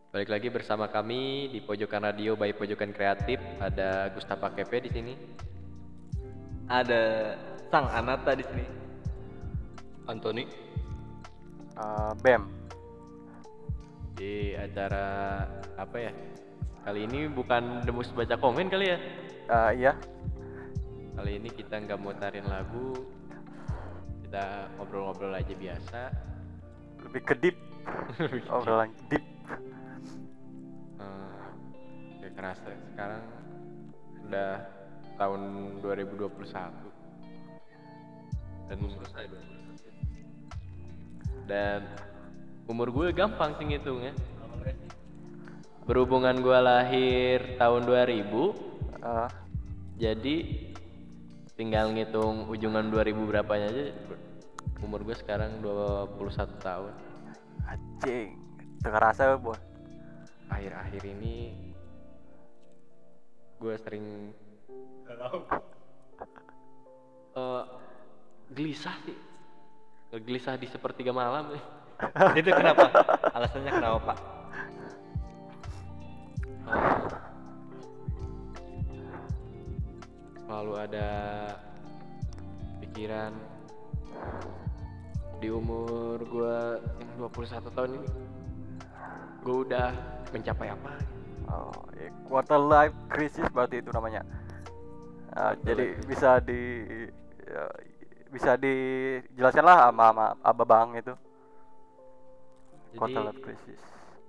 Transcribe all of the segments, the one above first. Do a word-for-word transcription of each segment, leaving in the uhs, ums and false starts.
Balik lagi bersama kami di Pojokan Radio by Pojokan Kreatif. Ada Gustapa Kepe di sini. Ada Sang Anata di sini. Anthony. Uh, Bem. Di acara apa ya? Kali ini bukan demus baca komen kali ya? Uh, iya. Kali ini kita nggak mau tarin lagu, kita ngobrol-ngobrol aja biasa. Lebih ke deep. Obrolan deep. Uh, Gak kerasa sekarang udah tahun dua ribu dua puluh satu dan Selesai dua ribu dua puluh satu. dan umur gue gampang sih ngitungnya. Berhubungan gue lahir tahun dua ribu, Uh, jadi tinggal ngitung ujungan dua ribu berapanya aja. Umur gue sekarang dua puluh satu tahun. anjing. Terasa bos. Akhir-akhir ini gue sering uh, gelisah sih. Gelisah di sepertiga malam. Itu kenapa? Alasannya kenapa, Pak? Uh, selalu ada pikiran di umur gue yang dua puluh satu tahun ini gue udah mencapai apa. Oh, ya, quarter life crisis berarti itu namanya. Uh, jadi life bisa di ya, bisa dijelaskan lah sama, sama Abang itu. Quarter Jadi life crisis.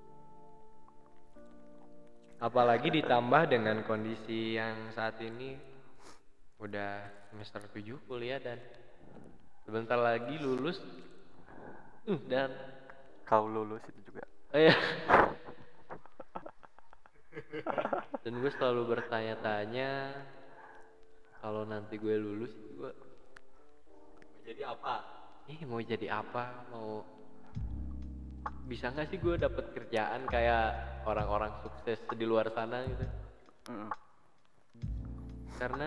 apalagi ditambah dengan kondisi yang saat ini udah semester tujuh kuliah dan sebentar lagi lulus. Uh, dan Kau lulus itu juga. eh, dan gue selalu bertanya-tanya kalau nanti gue lulus gue Jadi apa? eh mau jadi apa, mau bisa nggak sih gue dapet kerjaan kayak orang-orang sukses di luar sana gitu. Mm. Karena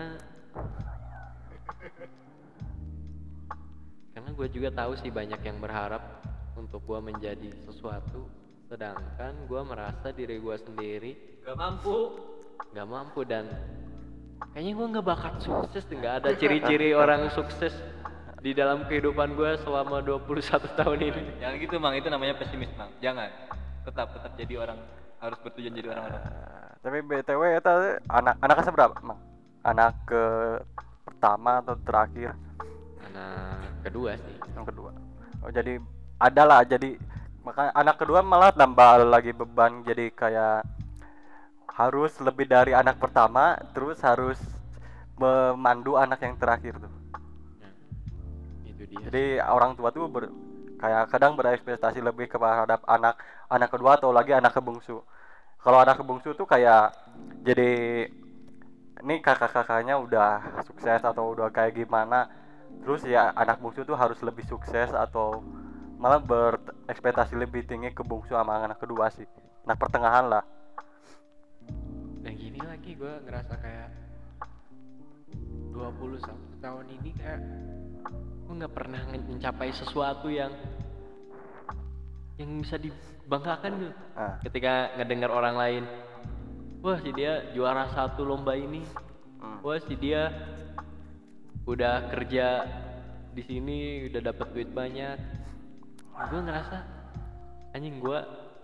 karena gue juga tahu sih banyak yang berharap untuk gue menjadi sesuatu, sedangkan gue merasa diri gue sendiri Gak mampu. nggak mampu dan kayaknya gue nggak bakat sukses, nggak ada ciri-ciri orang sukses di dalam kehidupan gue selama dua puluh satu tahun ini. Jangan gitu, Mang. Itu namanya pesimis, Mang. Jangan. Tetap tetap jadi orang, harus bertujuan jadi orang-orang. Uh, tapi B T W eta anak anak seberapa, Mang? Anak ke pertama atau terakhir? Anak kedua sih. Yang kedua. Oh, jadi ada lah, jadi maka anak kedua malah tambah lagi beban, jadi kayak harus lebih dari anak pertama, terus harus memandu anak yang terakhir tuh. Nah, itu dia. Jadi orang tua tuh ber, kayak kadang berekspektasi lebih kepada anak anak kedua atau lagi anak kebungsu. Kalau anak kebungsu tuh kayak jadi ini kakak-kakaknya udah sukses atau udah kayak gimana, terus ya anak bungsu tuh harus lebih sukses atau malah berekspektasi lebih tinggi ke bungsu sama anak kedua sih, anak pertengahan lah. Dan gini lagi gue ngerasa kayak dua puluh satu tahun ini kayak gue nggak pernah nge- mencapai sesuatu yang yang bisa dibanggakan gitu. Nah, Ketika ngedengar orang lain, wah si dia juara satu lomba ini, hmm. wah si dia udah kerja di sini udah dapet duit banyak, gue ngerasa anjing gue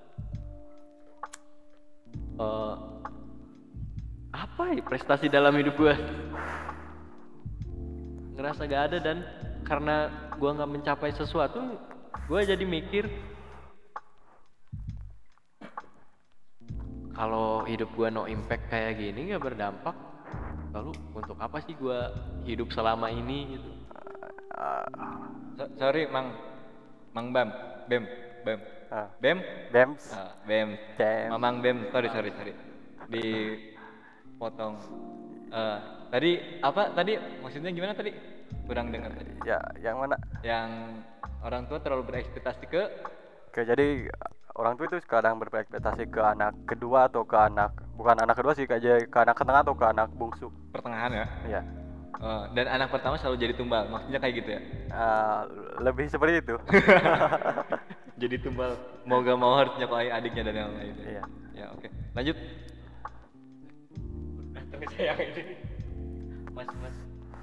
uh, apa ya prestasi dalam hidup gue, ngerasa gak ada. Dan karena gue nggak mencapai sesuatu, gue jadi mikir kalau hidup gue no impact kayak gini, nggak berdampak, lalu untuk apa sih gue hidup selama ini gitu. So- sorry, Mang. Mang Bam. Bem. Bem. Ah, Bem. Dems. Ah, Bem. Bem. Mamang Bem. Sorry, sorry, sorry. Dipotong. Eh, tadi apa? Tadi maksudnya gimana tadi? Kurang dengar tadi. Ya, yang mana? Yang orang tua terlalu berekspektasi ke Oke, jadi orang tua itu kadang berekspektasi ke anak kedua atau ke anak bukan anak kedua sih, kayak ke anak tengah atau ke anak bungsu. pertengahan ya. Iya. Eh, dan anak pertama selalu jadi tumbal. Maksudnya kayak gitu ya. Uh, lebih seperti itu. jadi tumbal mau gak mau harus nyokokin adiknya dan yang lain. Iya. Ya oke. Lanjut. Datang saya yang ini. Mas mas.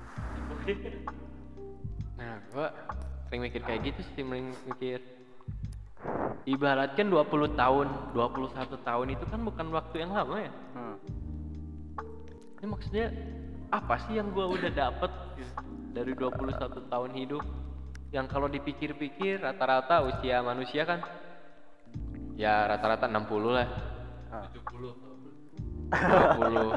Nah, gua sering mikir kayak gitu sih, sering mikir ibaratkan dua puluh tahun, dua puluh satu tahun itu kan bukan waktu yang lama ya. Hmm. Ini maksudnya apa sih yang gua udah dapet gitu, dari dua puluh satu tahun hidup yang kalau dipikir-pikir rata-rata usia manusia kan ya rata-rata enam puluh lah. tujuh puluh. dua puluh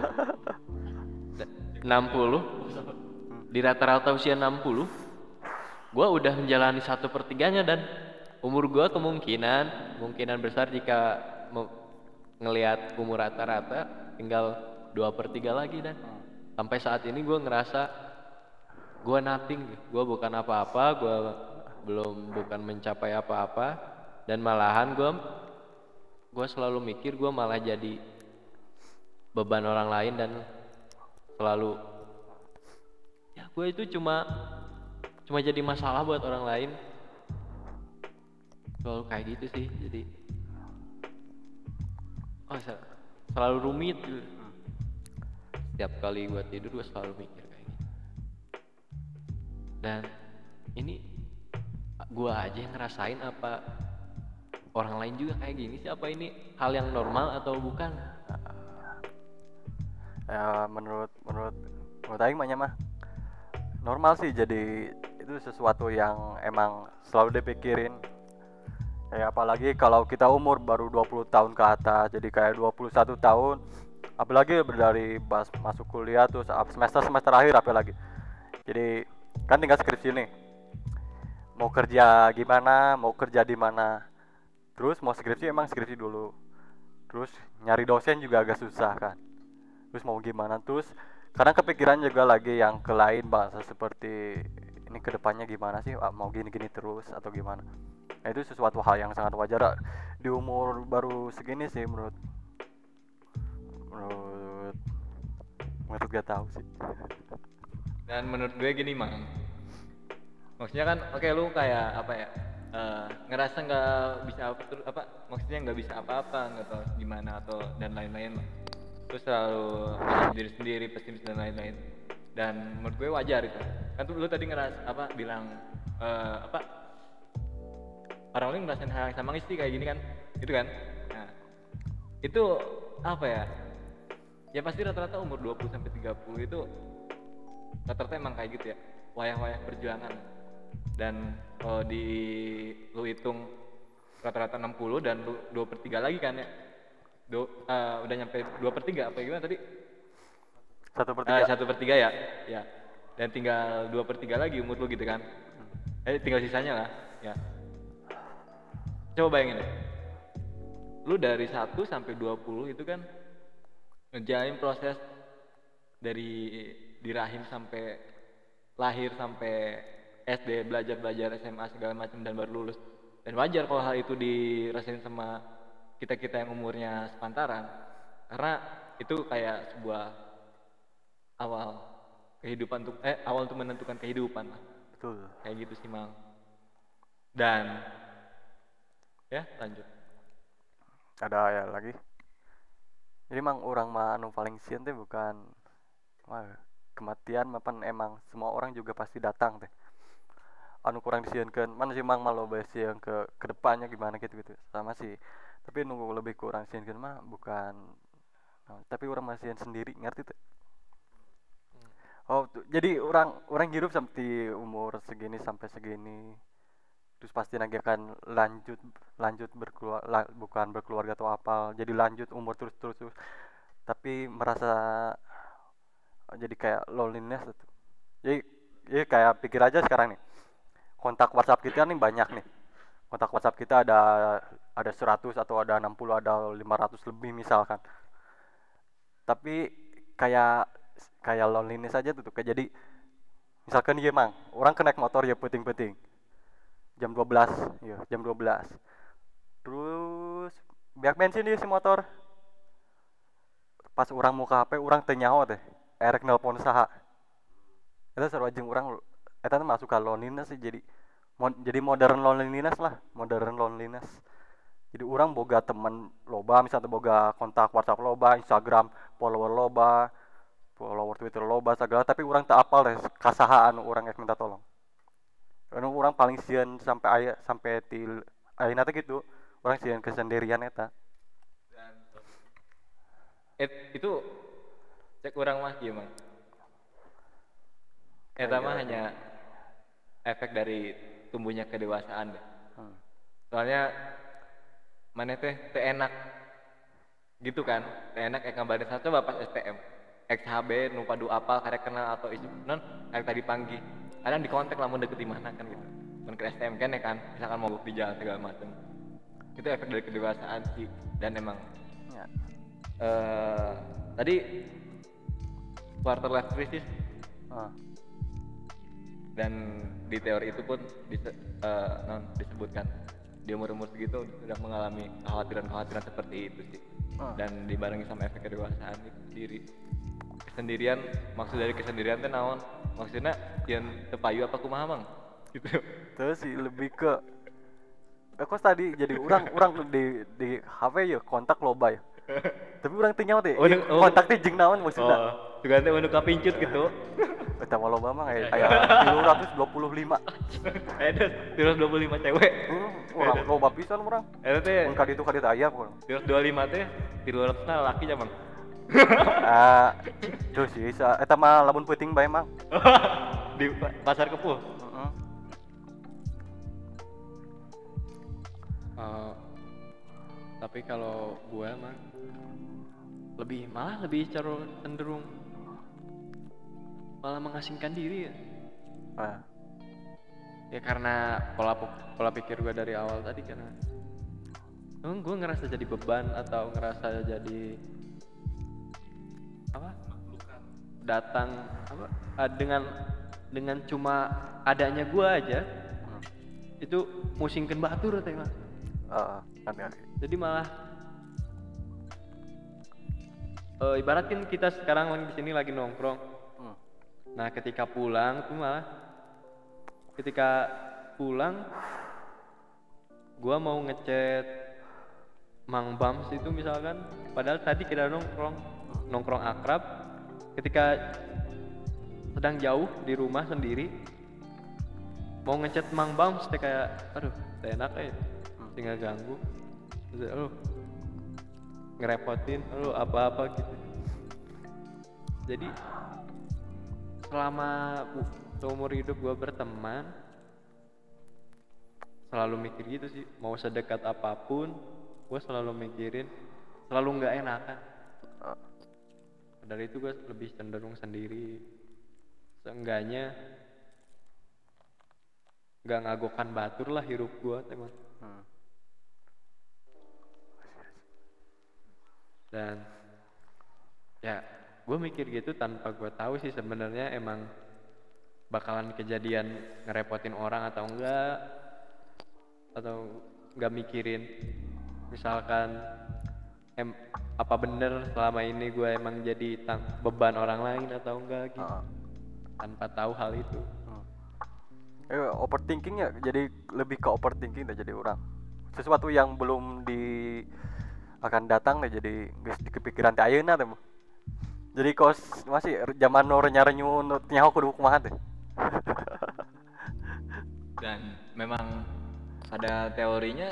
enam puluh di rata-rata usia enam puluh gua udah menjalani satu pertiganya dan umur gua kemungkinan kemungkinan besar jika me- ngelihat umur rata-rata tinggal dua per tiga lagi dan sampai saat ini gua ngerasa gua nothing, gua bukan apa-apa, gua belum bukan mencapai apa-apa dan malahan gua gua selalu mikir gua malah jadi beban orang lain dan selalu ya gue itu cuma cuma jadi masalah buat orang lain, selalu kayak gitu sih. Jadi oh sel- selalu rumit gitu. Setiap kali gue tidur gue selalu mikir kayak gitu dan ini gue aja yang ngerasain apa orang lain juga kayak gini sih, apa ini hal yang normal atau bukan? Ya menurut menurut menurut Aing mahnya mah normal sih, jadi itu sesuatu yang emang selalu dipikirin. Ya apalagi kalau kita umur baru dua puluh tahun ke atas, jadi kayak dua puluh satu tahun, apalagi dari pas masuk kuliah tuh semester semester akhir apalagi. Jadi kan tinggal skripsi nih. Mau kerja gimana, mau kerja di mana. Terus mau skripsi emang skripsi dulu. Terus nyari dosen juga agak susah kan. Terus mau gimana, terus kadang kepikiran juga lagi yang ke lain bahasa seperti ini kedepannya gimana sih, ah, mau gini-gini terus atau gimana. Nah, itu sesuatu hal yang sangat wajar ah, di umur baru segini sih menurut menurut menurut gak tahu sih. Dan menurut gue gini mang, maksudnya kan oke lu kayak apa ya, eh, ngerasa nggak bisa apa terus apa maksudnya nggak bisa apa-apa nggak tahu gimana atau dan lain-lain lah, terus selalu nyalahin diri sendiri, pesimis dan lain-lain. Dan menurut gue wajar itu kan. Tuh lu tadi ngeras apa bilang eh, apa orang lain ngerasain hal yang sama sih kayak gini kan, itu kan. Nah itu apa ya, ya pasti rata-rata umur dua puluh sampai tiga puluh itu rata-rata emang kayak gitu ya, wayang-wayang perjuangan. Dan kalau di lu hitung rata-rata enam puluh dan lu dua per tiga lagi kan ya, Do, uh, udah nyampe dua per tiga apa gimana tadi? Satu per Uh, tiga. satu per tiga ya, ya. Dan tinggal dua per tiga lagi umur lu gitu kan. Eh tinggal sisanya lah, ya. Coba bayangin deh, lu dari satu sampai dua puluh itu kan ngejalin proses dari di rahim sampai lahir sampai S D, belajar-belajar S M A segala macam dan baru lulus. Dan wajar kalau hal itu dirasain sama kita-kita yang umurnya sepantaran, karena itu kayak sebuah awal kehidupan untuk eh awal untuk menentukan kehidupan lah. Betul. Kayak gitu sih Mang. Dan ya lanjut. Ada ya lagi. Jadi emang orang mah anu paling sieun teh bukan wah, kematian mapan emang semua orang juga pasti datang teh. Anu kurang disieunkeun mana sih mang malo bae sieun ke kedepannya gimana gitu-gitu. Sama sih. Tapi nunggu lebih kurang sieunkeun mah bukan nah, tapi orang masih sendiri ngerti teh. Oh, tuh, jadi orang orang hidup sampai umur segini sampai segini. Terus pasti nanti akan lanjut lanjut berkeluar la, bukan berkeluarga atau apa, jadi lanjut umur terus terus terus. Tapi merasa oh, jadi kayak loneliness itu. Jadi, jadi kayak pikir aja sekarang nih. Kontak WhatsApp kita nih banyak nih. Kontak WhatsApp kita ada ada seratus atau ada enam puluh, ada lima ratus lebih misalkan. Tapi kayak kayak loneliness aja tuh, tuh. Kayak jadi misalkan iya mang, orang kenaik motor ya penting-penting. Jam dua belas, ya, jam dua belas. Terus biar bensin dia si motor. Pas orang mau ke H P, orang teu nyaho teh. Erek nelpon saha. Eta sarua jeung urang eta teh masuk ka loneliness sih, jadi Mo- jadi modern loneliness lah, modern loneliness. Jadi orang boga teman loba, misalnya boga kontak WhatsApp loba, Instagram follower loba, follower Twitter loba segala, tapi orang tak apal deh kasahaan orang yang minta tolong. Karena orang paling sieun sampai aya sampai ti ayeuna teh gitu. Orang sieun kesendirian eta. Dan et, itu cek orang mah ieu mah. Eta mah hanya efek dari tumbuhnya kedewasaan deh. Hmm. Soalnya mana teh teh enak gitu kan, teh enak ek ngabarin satu coba pas S T M X H B nu padu apal karek kenal atau isu non karek tadi panggi kadang di kontak lamun deket di mana kan gitu mun ke S T M kan ya kan misalkan mogok di jalan segala macam itu efek dari kedewasaan sih dan emang Ya. eh tadi quarter life crisis Ah. dan di teori itu pun dise- eh, non disebutkan di umur-umur segitu sudah mengalami kekhawatiran-kekhawatiran seperti itu sih Ah. dan dibarengi sama efek kedewasaan itu sendiri kesendirian maksud dari kesendirian teh naon maksudnya yang tepayu apa kumaha mang gitu Terus sih lebih ke eh, kok tadi jadi orang orang di di H P ya kontak loba ya. Tapi orang teh nyawa teh Oh, ieu oh. kontak teh jeung naon maksudna. oh juga teh untuk kapincut gitu Eta mah loba mah aya aya tiga ratus dua puluh lima. ada terus dua puluh lima cewek Hmm, orang loba pisan urang. itu teh Mun ka ditu ka ditu aya pun. terus dua puluh lima teh tiga ratus nah laki zaman Ah, tuh sih sa eta mah lamun peuting bae mang. di pa- pasar kepuh Heeh. Eh, tapi kalau gue mah lebih malah lebih cenderung cenderung malah mengasingkan diri ya. Ah, Ya karena pola pola pikir gue dari awal tadi karena oh, gue ngerasa jadi beban atau ngerasa jadi apa datang apa ah, dengan dengan cuma adanya gue aja hmm. itu musingkeun batur teh mah. Heeh, kan ya. Jadi malah eh, ibaratin kita sekarang lagi di sini lagi nongkrong. Hmm. Nah, ketika pulang tuh malah ketika pulang gua mau ngechat Mang Bams itu misalkan padahal tadi kita nongkrong nongkrong akrab ketika sedang jauh di rumah sendiri mau ngechat Mang Bams teh kayak aduh teh enak ya tinggal ganggu terus aduh ngerepotin aduh apa-apa gitu jadi selama u- seumur hidup gue berteman selalu mikir gitu sih mau sedekat apapun gue selalu mikirin selalu nggak enakan dari itu gue lebih cenderung sendiri seenggaknya nggak ngagokan batur lah hirup gue teman Hmm. dan ya gue mikir gitu tanpa gue tahu sih sebenarnya emang bakalan kejadian ngerepotin orang atau enggak atau nggak mikirin misalkan em apa bener selama ini gue emang jadi tang- beban orang lain atau enggak gitu Heeh. tanpa tahu hal itu. Hmm. Eh, overthinking ya jadi lebih ke overthinking deh jadi orang sesuatu yang belum di akan datang deh jadi geus di kepikiran teh ayeuna teh jadi kos masih er- zaman nu renyu nu nyaho kudu kumaha teh. dan memang pada teorinya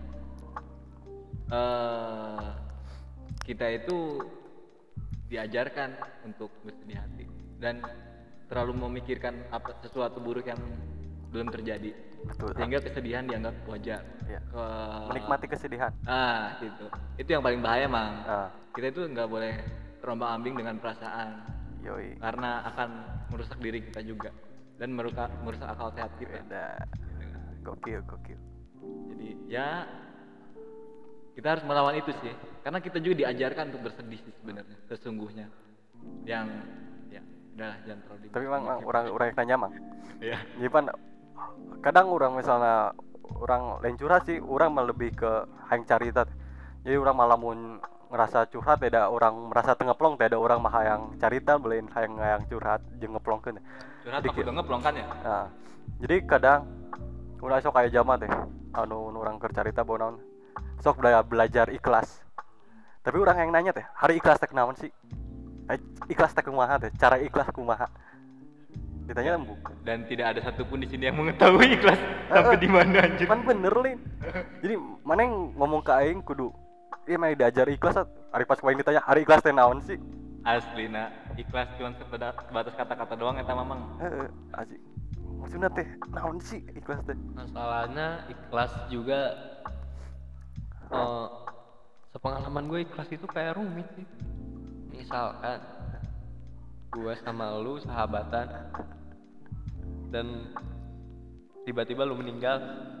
eh kita itu diajarkan untuk bersedih hati dan terlalu memikirkan apa sesuatu buruk yang belum terjadi Betul. sehingga kesedihan dianggap wajar. Iya. Ke- Menikmati kesedihan. ah gitu itu yang paling bahaya mang Ah, kita itu nggak boleh terombang ambing dengan perasaan yoi. karena akan merusak diri kita juga dan merusak merusak akal sehat kita. Beda. Gokil, gokil. Jadi ya kita harus melawan itu sih karena kita juga diajarkan untuk bersedih sih sebenarnya sesungguhnya yang ya udahlah jangan terlalu di- Tapi memang mang, orang orang yang nanya mang. ya Jadi pan kadang orang misalnya orang lain curhat sih, orang malah lebih ke hayang carita. teh. Jadi orang malah mun ngerasa curhat tidak orang merasa tengeplong tidak orang mah hayang carita belain hayang hayang curhat jeung ngeplongkeun. curhat Jadi aku ki- udah ngeplong kan ya Nah, jadi kadang udah sok kayak zaman teh anu nu urang keur carita bawa naon sok bela- belajar ikhlas tapi orang yang nanya teh hari ikhlas teh naon sih eh, ikhlas teh kumaha teh cara ikhlas kumaha ditanya lembu Dan tidak ada satupun di sini yang mengetahui ikhlas sampai di mana anjir. kan bener lin jadi mana yang ngomong ke aing kudu iya mah diajar ikhlas hari pas aing ditanya hari ikhlas teh naon sih Aslina ikhlas cuma sebatas sebatas kata-kata doang eta mamang. heeh asik maksudnya teh naon sih ikhlas teh Masalahnya ikhlas juga eh sepengalaman gue ikhlas itu kayak rumit sih. Misalkan gue sama lu sahabatan dan tiba-tiba lu meninggal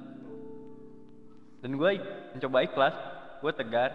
dan gue ik- mencoba ikhlas, gue tegar.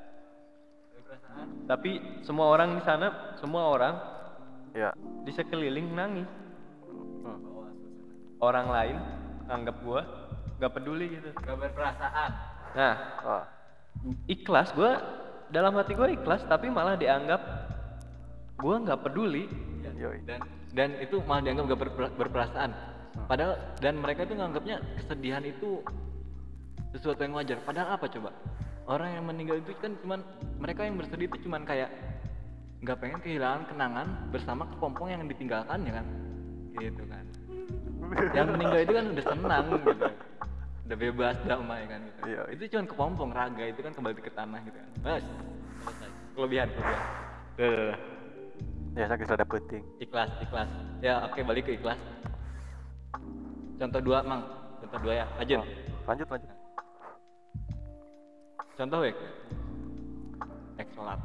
Tapi semua orang di sana, semua orang ya di sekeliling nangis. hmm. Orang lain anggap gue gak peduli gitu. Gak berperasaan. Nah, oh. ikhlas gue dalam hati gue ikhlas tapi malah dianggap gue nggak peduli. Yoi. Dan dan itu malah dianggap gak berper- berperasaan. Padahal dan mereka itu nganggapnya kesedihan itu sesuatu yang wajar. Padahal apa coba? Orang yang meninggal itu kan cuman mereka yang bersedih itu cuman kayak nggak pengen kehilangan kenangan bersama kepompong yang ditinggalkan ya kan, gitu kan. Yang meninggal itu kan udah senang gitu, udah bebas damai kan gitu. Iya. Itu cuman kepompong, raga itu kan kembali ke tanah gitu kan. Bas, selesai. Kelebihan, kelebihan. Duh, duh, duh. ya sakit ada penting Ikhlas, ikhlas. Ya oke, balik ke ikhlas. Contoh dua mang, contoh dua ya. Lanjut. oh. lanjut lanjut Contoh wek. Ek sholat.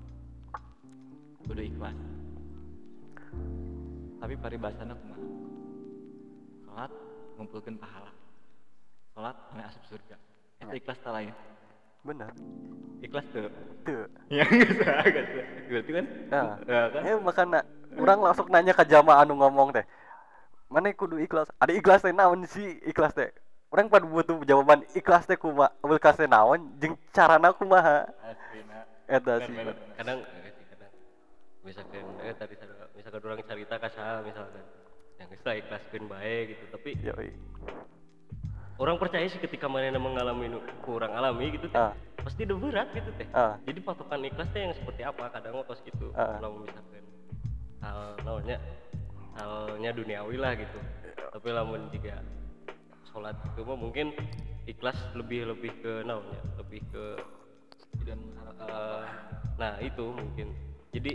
Kudu ikhlas. Tapi paribasana kumaha? Sholat ngumpulkeun pahala. Sholat anu asup surga. Eta ikhlas tah lain. bener Ikhlas tuh. tuh Ya geus saha geus. Berarti kan? nah Ya kan? eh makanya orang langsung nanya ke jamaah anu ngomong teh mana kudu ikhlas ada ikhlas teh naon sih ikhlas teh orang pada butuh jawaban ikhlas teh kumaha ikhlas teh naon jeung carana kumaha Aslina. eta sih Bener, bener. Kadang eh, sih, kadang misalkan eh tadi sada- misalkan orang cerita ka saha misalkan yang geus lah ikhlaskeun bae gitu tapi yoi orang percaya sih ketika mana mengalami nu kurang alami gitu teh ah pasti udah berat gitu teh ah jadi patokan ikhlas teh yang seperti apa kadang waktu gitu Ah. kalau misalkan hal namanya halnya duniawi lah gitu tapi lamun juga sholat itu mah mungkin ikhlas lebih lebih ke namanya lebih ke Dan eh, nah itu mungkin jadi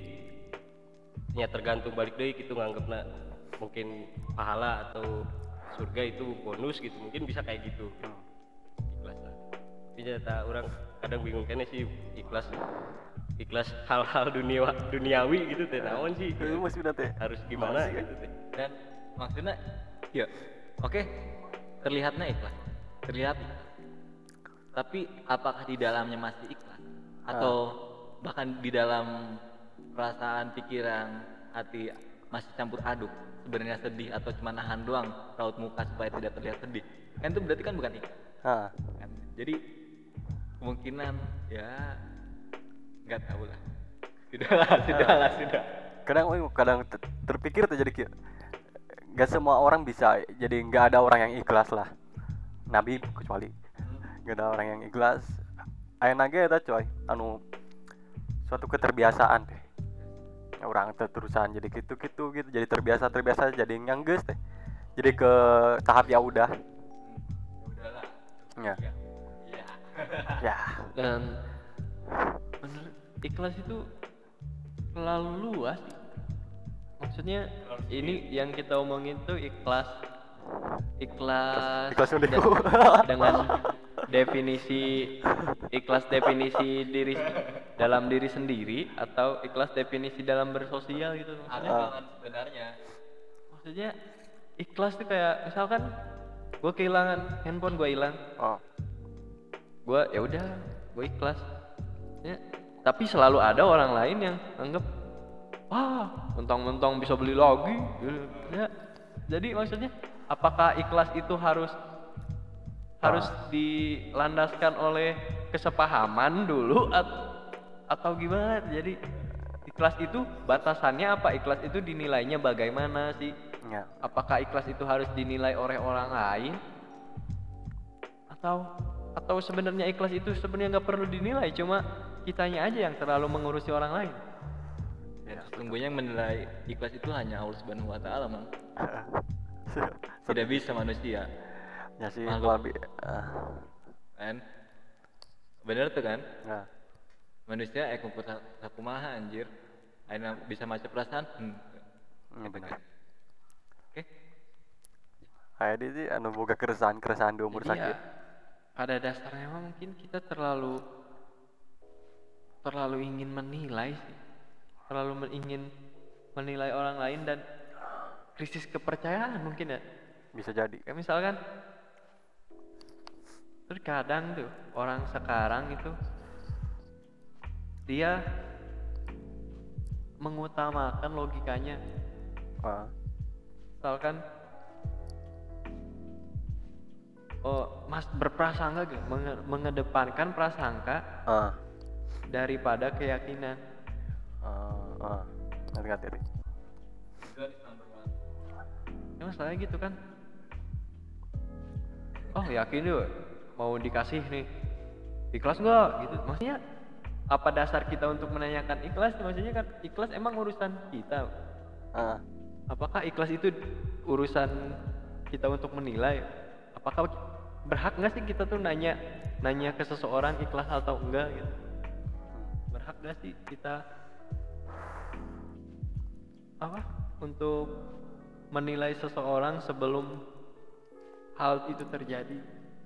ya tergantung balik deh gitu nganggapna mungkin pahala atau surga itu bonus gitu mungkin bisa kayak gitu ikhlas lah tapi ternyata orang kadang bingung kan sih ikhlas ikhlas hal-hal dunia duniawi gitu teh naon sih itu masih udah teh harus gimana Masih, gitu teh dan maksudnya ya oke terlihatnya ikhlas terlihat ikhlas. Tapi apakah di dalamnya masih ikhlas atau bahkan di dalam perasaan pikiran hati masih campur aduk sebenarnya sedih atau cuma nahan doang raut muka supaya tidak terlihat sedih kan itu berarti kan bukan ikhlas ah kan? Jadi kemungkinan ya nggak tahu lah sudahlah sudahlah sudah kadang we kadang ter- terpikir terjadi kieu gak semua orang bisa jadi nggak ada orang yang ikhlas lah nabi kecuali nggak ada orang yang ikhlas aya nage eta coy anu suatu keterbiasaan teh orang teh terusan jadi gitu-gitu gitu jadi terbiasa terbiasa jadi nyanggeus teh jadi ke tahap ya udah udahlah ya ya ya Dan bener ikhlas itu terlalu luas. Maksudnya ini yang kita omongin tuh ikhlas ikhlas ikhlas udah de- dengan definisi ikhlas definisi diri dalam diri sendiri atau ikhlas definisi dalam bersosial gitu ada maksudnya. banget sebenarnya Maksudnya ikhlas tuh kayak misalkan gue kehilangan handphone gue hilang, oh gue ya udah gue ikhlas ya tapi selalu ada orang lain yang anggap wah mentang-mentang bisa beli lagi gitu. Ya jadi maksudnya apakah ikhlas itu harus harus dilandaskan oleh kesepahaman dulu at- atau gimana jadi ikhlas itu batasannya apa ikhlas itu dinilainya bagaimana sih ya apakah ikhlas itu harus dinilai oleh orang lain atau atau sebenarnya ikhlas itu sebenarnya nggak perlu dinilai, cuma kitanya aja yang terlalu mengurusi orang lain. Dan sesungguhnya yang menilai ikhlas itu hanya Allah Subhanahu wa taala, Mang. Tidak bisa manusia. Ya sih, Makhluk. lebih ah, Kan? Bener tuh kan? nah, Manusia eko kumaha anjir. Aina bisa maca perasaan. Hmm. ini benar. Oke. Kayak dia sih anu boga keresahan-keresahan di umur Jadi ya, sakit. pada dasarnya mah mungkin kita terlalu terlalu ingin menilai sih, terlalu men- ingin menilai orang lain dan krisis kepercayaan mungkin ya. Bisa jadi. Kayak misalkan terkadang tuh orang sekarang itu dia mengutamakan logikanya. Ah, Misalkan oh mas berprasangka gitu, menge- mengedepankan prasangka ah, daripada keyakinan. ah, ah. Ngerti ngerti ngerti. Ya masalahnya gitu kan. Oh yakin deh mau dikasih nih, ikhlas nggak gitu. Maksudnya apa dasar kita untuk menanyakan ikhlas? Maksudnya kan ikhlas emang urusan kita. Ah, Apakah ikhlas itu urusan kita untuk menilai? Apakah berhak nggak sih kita tuh nanya nanya ke seseorang ikhlas atau enggak gitu? Berhak nggak sih kita apa untuk menilai seseorang sebelum hal itu terjadi?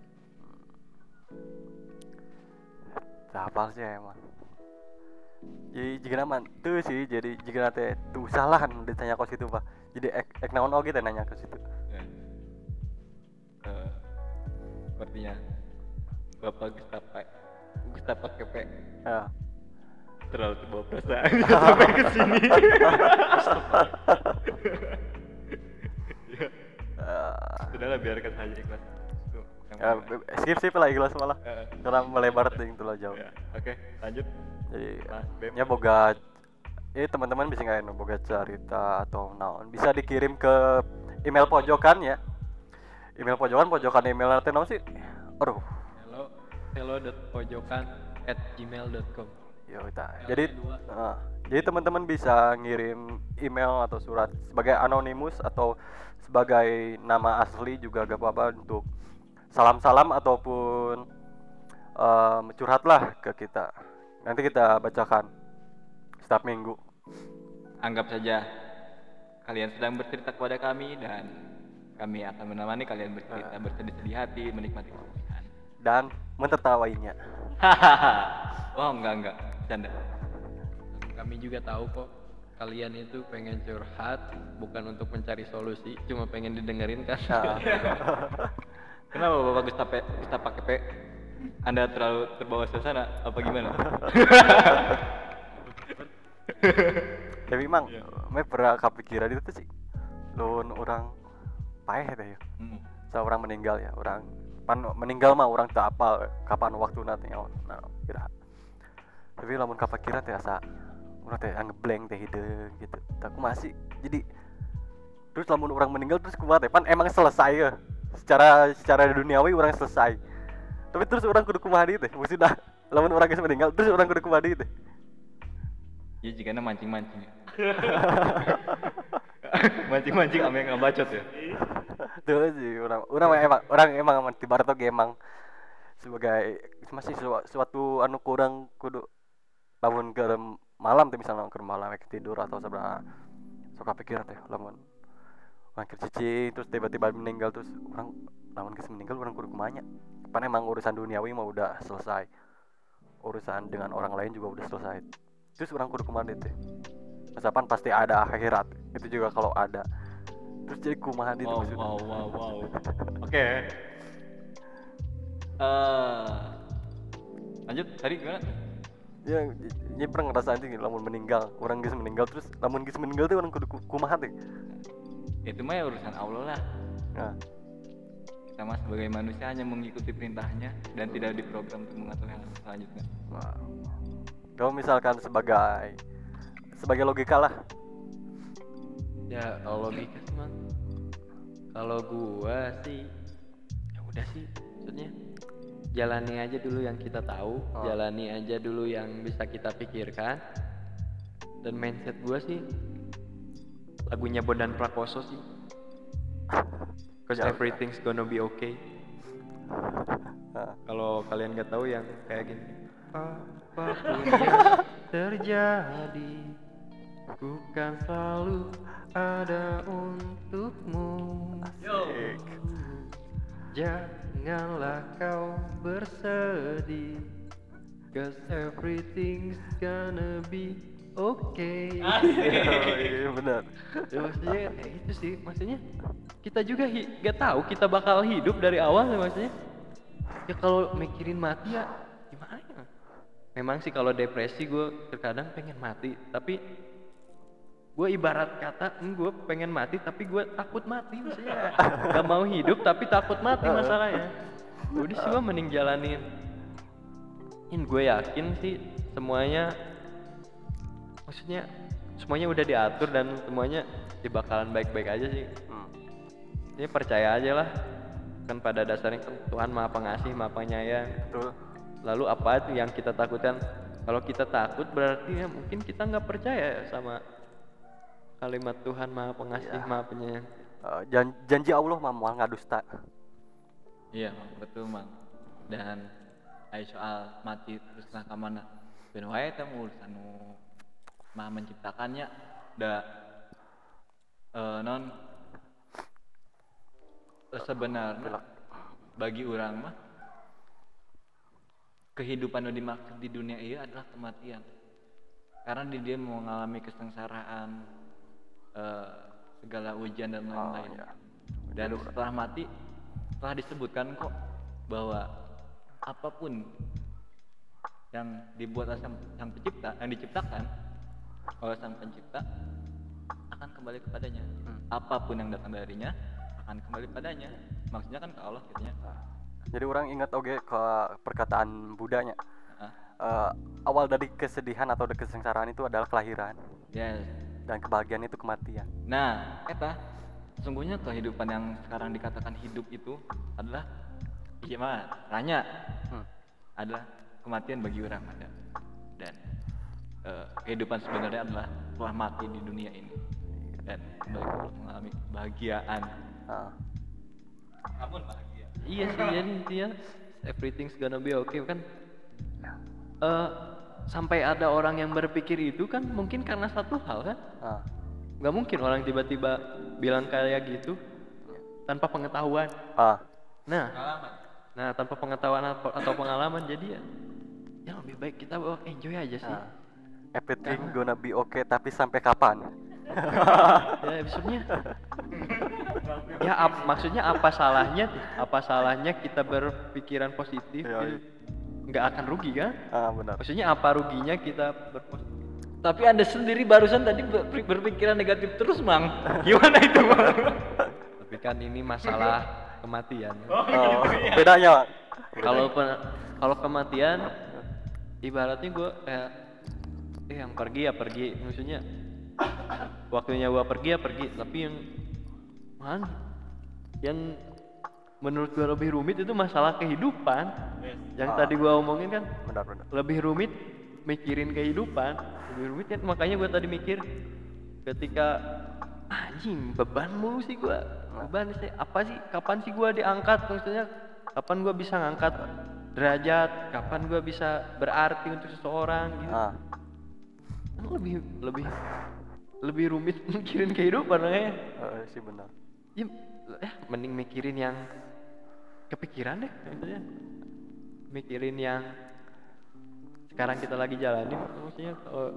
Sapal sih emang. Jadi jika nama tuh sih, jadi jika nanti tuh salah kan ditanya ke situ pak. Jadi ek, ek naon oge teh nanya ke situ. Ya. Eh, sepertinya Bapak Gustapa Gustapa Kepe Ya. terlalu terbawa perasaan sampai ke sini. Ah, Sudahlah biarkan saja ikhlas. Tuh, yang ya, mana? be- skip skip lah ikhlas malah. Eh, Karena melebar ting tuh lah jauh. ya, oke, lanjut. Jadi Mas Bem. ya boga ini teman-teman bisa nggak boga cerita atau naon bisa dikirim ke email pojokan ya. Email pojokan pojokan email nanti naon sih? Aduh. Hello hello.pojokan at gmail dot com. Ya kita. Jadi eh, jadi teman-teman bisa ngirim email atau surat sebagai anonimus atau sebagai nama asli juga gak apa-apa untuk salam-salam ataupun eh, curhatlah ke kita. Nanti kita bacakan setiap minggu. Anggap saja kalian sedang bercerita kepada kami dan kami akan menemani kalian bercerita bersedih-sedih hati, menikmati kesedihan. Dan mentertawainya. Oh enggak enggak, canda. Kami juga tahu kok kalian itu pengen curhat bukan untuk mencari solusi, cuma pengen didengerin kan. Nah, Kenapa Bapak Gustapa Gustapa Kepe? Anda terlalu terbawa suasana apa gimana? tapi emang me pernah kepikiran itu tuh sih. Lun orang paeh teh ya. Hmm. Seorang meninggal ya, orang pan meninggal mah orang tak apal kapan waktu nanti oh, nah, kira. Tapi lamun kepikiran teh asa urang teh ngeblank teh hideung gitu. Aku masih jadi terus lamun orang meninggal terus kumaha teh pan emang selesai ya. Secara secara duniawi orang selesai. Tapi terus orang kudu kumaha deui teh. Maksudna lamun orang geus meninggal terus orang kudu kumaha deui teh. Ya jika mancing-mancing ya. Mancing-mancing ame yang bacot ya. Tuh sih orang orang emang orang emang tiba tiba emang sebagai masih su- suatu anu kurang kudu lamun ke malam tuh misalnya ke malam ke tidur atau seberapa suka pikiran teh lamun orang cicing terus tiba-tiba meninggal terus orang lamun geus meninggal orang kudu kumanya pan emang urusan duniawi mah udah selesai urusan dengan orang lain juga udah selesai terus orang kudu kumaha teh misalkan pasti ada akhirat itu juga kalau ada terus jadi kumaha itu Wow maksudnya wow wow wow. Oke. Eh lanjut tadi gimana? ya ini pernah ngerasain sih lamun meninggal orang geus meninggal terus lamun geus meninggal tuh orang kudu ku- kumaha teh Itu mah ya urusan Allah lah. nah Kita mah sebagai manusia hanya mengikuti perintahnya dan tidak diprogram untuk mengatur hal selanjutnya. wow. Kalau misalkan sebagai sebagai logika lah Ya kalau logika sih man, kalau gua sih ya udah sih maksudnya jalani aja dulu yang kita tahu, Oh. jalani aja dulu yang bisa kita pikirkan. Dan mindset gue sih lagunya Bondan Prakoso sih, cause Ya, everything's gonna be okay. Ah. Kalau kalian nggak tahu yang kayak gini, apapun yang terjadi, ku kan selalu ada untukmu. Asik. Janganlah kau bersedih, cause everything's gonna be okay. Oh, iya benar. Ya, maksudnya kayak gitu sih, maksudnya kita juga hi- gak tahu kita bakal hidup dari awal ya, maksudnya ya kalau mikirin mati ya gimana ya. Memang sih kalau depresi gue terkadang pengen mati, tapi gue ibarat kata gue pengen mati tapi gue takut mati, maksudnya gak mau hidup tapi takut mati masalahnya. Udah sih gue mending jalanin. In gue yakin sih semuanya, maksudnya semuanya udah diatur dan semuanya di bakalan baik-baik aja sih. Hmm. Ini percaya aja lah, kan pada dasarnya kan Tuhan Maha Pengasih, Maha Penyayang. Betul. Lalu apa itu yang kita takutkan? Kalau kita takut berarti ya mungkin kita nggak percaya sama kalimat Tuhan Maha Pengasih, Iya. Maha Penyayang. Eh, jan- janji Allah mah moal ngadusta. Iya Mang, betul Mang. Dan ai soal mati terus nah ka mana? Ben wae teh urusan nu Maha menciptakannya da eh, non eh, sebenarnya bagi orang mah kehidupan yang dimaksud di dunia ini adalah kematian, karena di dia mengalami kesengsaraan, eh, segala ujian dan lain-lain. iya. Dan setelah mati telah disebutkan kok bahwa apapun yang dibuat oleh sang, sang pencipta, yang diciptakan oleh sang pencipta akan kembali kepadanya. Hmm. Apapun yang datang darinya akan kembali padanya. Maksudnya kan ke Allah gitu nya. Jadi orang ingat oge ke perkataan Budanya. Heeh. Eh, awal dari kesedihan atau dari kesengsaraan itu adalah kelahiran, Yes. dan kebahagiaan itu kematian. Nah, eta sesungguhnya kehidupan yang sekarang dikatakan hidup itu adalah iya mah ranya Hmm. adalah kematian bagi orang ada. Dan eh, kehidupan sebenarnya adalah telah mati di dunia ini dan kembali ke Allah mengalami kebahagiaan. Ah. Namun bahagia. Iya sih, jadi intinya everything's gonna be okay kan. Eh sampai ada orang yang berpikir itu kan mungkin karena satu hal kan. Ah. Nggak mungkin orang tiba-tiba bilang kayak gitu tanpa pengetahuan. Ah. Nah, Pengalaman. nah tanpa pengetahuan atau atau pengalaman jadi ya, ya lebih baik kita bawa enjoy aja sih. Ah. Everything gonna be okay, tapi sampai kapan? Ya maksudnya, ya ap- maksudnya apa salahnya? Apa salahnya kita berpikiran positif? Iya, gitu? Nggak akan rugi kan? Ah, benar. Maksudnya apa ruginya kita berpositif? Tapi Anda sendiri barusan tadi ber- berpikiran negatif terus, Mang. Gimana itu, Mang? Tapi kan ini masalah kematian. Oh, bedanya, Bang. Kalau pe- kalau kematian, ibaratnya gue kayak, eh yang pergi ya pergi, maksudnya waktunya gua pergi ya pergi. Tapi yang man, yang menurut gua lebih rumit itu masalah kehidupan. Yang Ah. tadi gua omongin kan Benar-benar. lebih rumit mikirin kehidupan, lebih rumit kan. Makanya gua tadi mikir ketika anjing beban mulu sih gua, beban sih apa sih, kapan sih gua diangkat, maksudnya kapan gua bisa ngangkat derajat, kapan gua bisa berarti untuk seseorang gitu. Ah. Kan lebih lebih lebih rumit mikirin kehidupan makanya. Eh, sih benar. Ya, eh, mending mikirin yang kepikiran deh, maksudnya mikirin yang sekarang kita lagi jalanin. Maksudnya kalau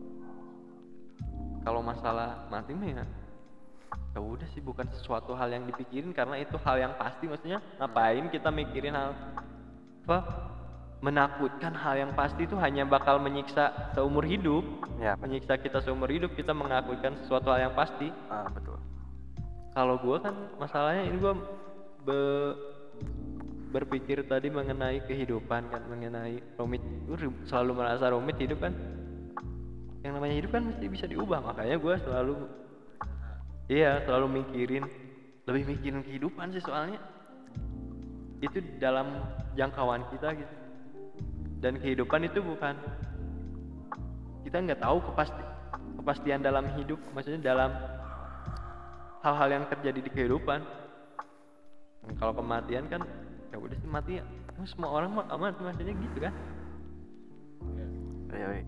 kalau masalah mati mah ya ya udah sih, bukan sesuatu hal yang dipikirin karena itu hal yang pasti. Maksudnya ngapain kita mikirin hal apa menakutkan, hal yang pasti itu hanya bakal menyiksa seumur hidup. Ya, benar. Menyiksa kita seumur hidup, kita mengakuikan sesuatu hal yang pasti. Ah, betul. Kalau gua kan masalahnya ini gua be- berpikir tadi mengenai kehidupan kan, mengenai rumit. Gua ru- selalu merasa rumit hidup kan. Yang namanya hidup kan mesti bisa diubah, makanya gua selalu iya selalu mikirin, lebih mikirin kehidupan sih soalnya. itu dalam jangkauan kita gitu. Dan kehidupan itu bukan, kita nggak tahu kepasti kepastian dalam hidup, maksudnya dalam hal-hal yang terjadi di kehidupan. Dan kalau kematian kan ya udah sih mati ya, semua orang mah amat, maksudnya gitu kan. Iya, iya.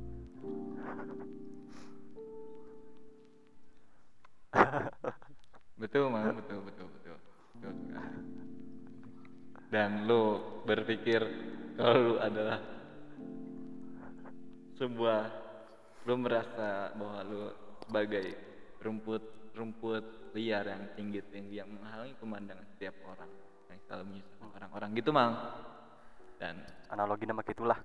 Betul mang, betul betul betul betul sekali. Dan lu berpikir kalau lu adalah sebuah, lu merasa bahwa lu sebagai rumput rumput liar yang tinggi tinggi yang menghalangi pemandangan setiap orang, yang selalu menyusahkan orang-orang gitu mang. Dan Analogi nama gitulah.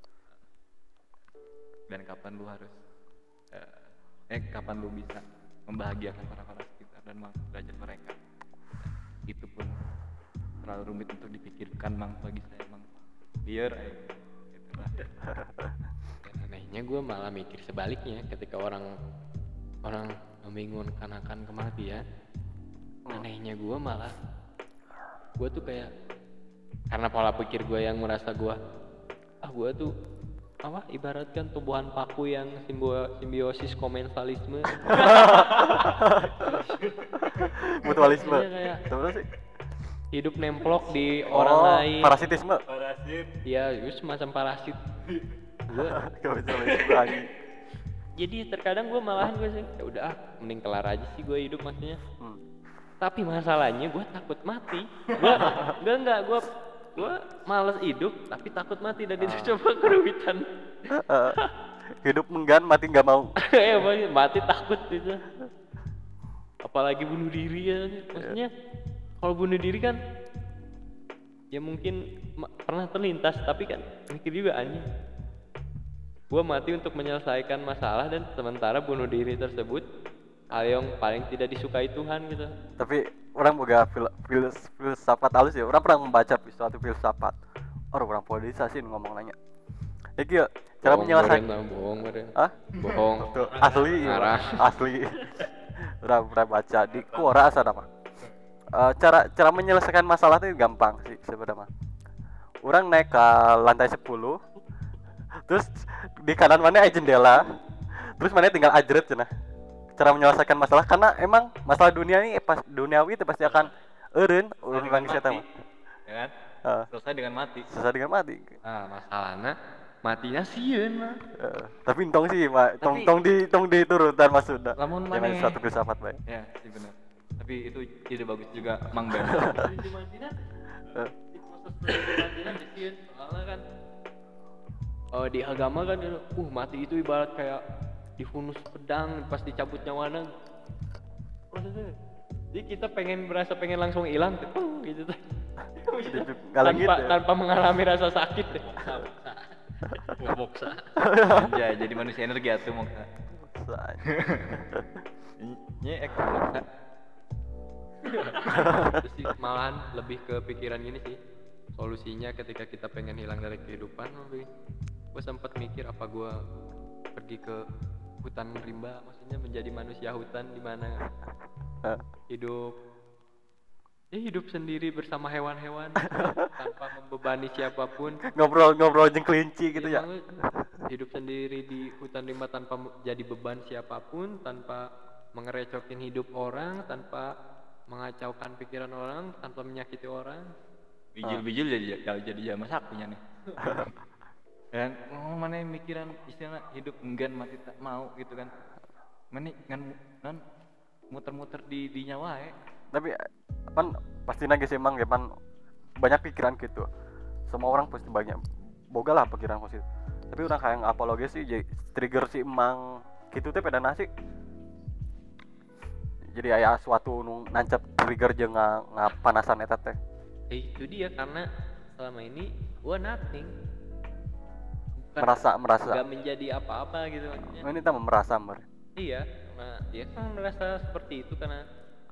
dan kapan lu harus eh, eh kapan lu bisa membahagiakan orang-orang sekitar dan mengangkat derajat mereka, itu pun terlalu rumit untuk dipikirkan mang bagi saya mang. Biar aja gitu lah. Dan anehnya gue malah mikir sebaliknya, ketika orang orang membingungkan akan kematian, anehnya gue malah, gue tuh kayak, karena pola pikir gue yang merasa gue ah gue tuh apa, ibaratkan tumbuhan paku yang simbio, simbiosis komensalisme. Mutualisme. Iya, kayak Terus sih. hidup nemplok di orang Oh, lain. parasitisme. Iya, itu semacam parasit. Gue Gak bisa lagi lagi. jadi terkadang gue malahan gue sih ya udah ah, mending kelar aja sih gue hidup maksudnya. Hmm. Tapi masalahnya gue takut mati. Gue gue enggak, gue gue males hidup tapi takut mati, dan itu coba kerumitan. Eh, hidup enggan, mati nggak mau. Ya makanya mati takut gitu. Apalagi bunuh diri ya, maksudnya kalau bunuh diri kan ya mungkin ma- pernah terlintas, tapi kan mikir juga anjing, gua mati untuk menyelesaikan masalah, dan sementara bunuh diri tersebut hal yang paling tidak disukai Tuhan gitu. Tapi orang boga fil fil filsafat halus ya. Orang pernah membaca suatu filsafat. Orang orang politisasi ngomong nanya. Ya kia, cara Bohong, menyelesaikan. meren, bohong meren. Hah? Bohong. Tuh, asli, iya. Ngarah. Asli. Udah pernah baca di Quora asa nama. Eh, cara cara menyelesaikan masalah itu gampang sih sebenarnya. Orang naik ke lantai sepuluh, terus di kanan mana ada jendela, terus mana tinggal ajret cenah. Cara menyelesaikan masalah, karena emang masalah dunia ini eh, pas duniawi itu pasti akan eureun urang bangsa teh mah. Ya kan? Heeh, Selesai dengan mati. susah dengan mati. Nah, masalahnya matinya sieun mah. Heeh, tapi entong sih, Pak. Tong Tapi- tong di tong diturutan maksudna. Lamun Jangan maneh- suatu filsafat bae. Ya sih benar. Tapi itu ide bagus juga mang Ben. Eh, Soalnya kan oh, di agama kan uh mati itu ibarat kayak dihunus pedang pas dicabut nyawana. Maksudnya, jadi kita pengen berasa pengen langsung hilang tuh pung, gitu tuh. Kalau tanpa gitu ya. tanpa mengalami rasa sakit deh. Nggak moksa. Ya jadi manusia energi atuh mau ka. Sa- Nya ek maksa. Terus sih malahan lebih ke pikiran gini sih, solusinya ketika kita pengen hilang dari kehidupan, lebih gue sempat mikir apa gue pergi ke hutan rimba, maksudnya menjadi manusia hutan di mana Eh, hidup ya hidup sendiri bersama hewan-hewan tanpa membebani siapapun. Ngobrol-ngobrol jeung kelinci gitu ya. Emang hidup sendiri di hutan rimba tanpa me- jadi beban siapapun, tanpa mengerecokin hidup orang, tanpa mengacaukan pikiran orang, tanpa menyakiti orang. Bijil-bijil jadi jadi jadi jama saktinya nih. Dan oh, mana yang mikiran istilah hidup enggan mati tak mau gitu kan. Mana ngan ngan muter-muter di di nyawa ya. Tapi kan pasti nage sih emang ya pan banyak pikiran gitu. Semua orang pasti banyak boga lah pikiran positif. Tapi orang kayak apologi sih jadi trigger si emang gitu teh pada nasi. Jadi aya suatu nu nancep trigger jeung nga- ngapanasan eta teh. Eh, itu dia, karena selama ini gua nothing. Bukan- Merasa merasa. nggak menjadi apa-apa gitu maksudnya. Oh, ini tambah merasa mer. Iya, karena dia kan merasa seperti itu karena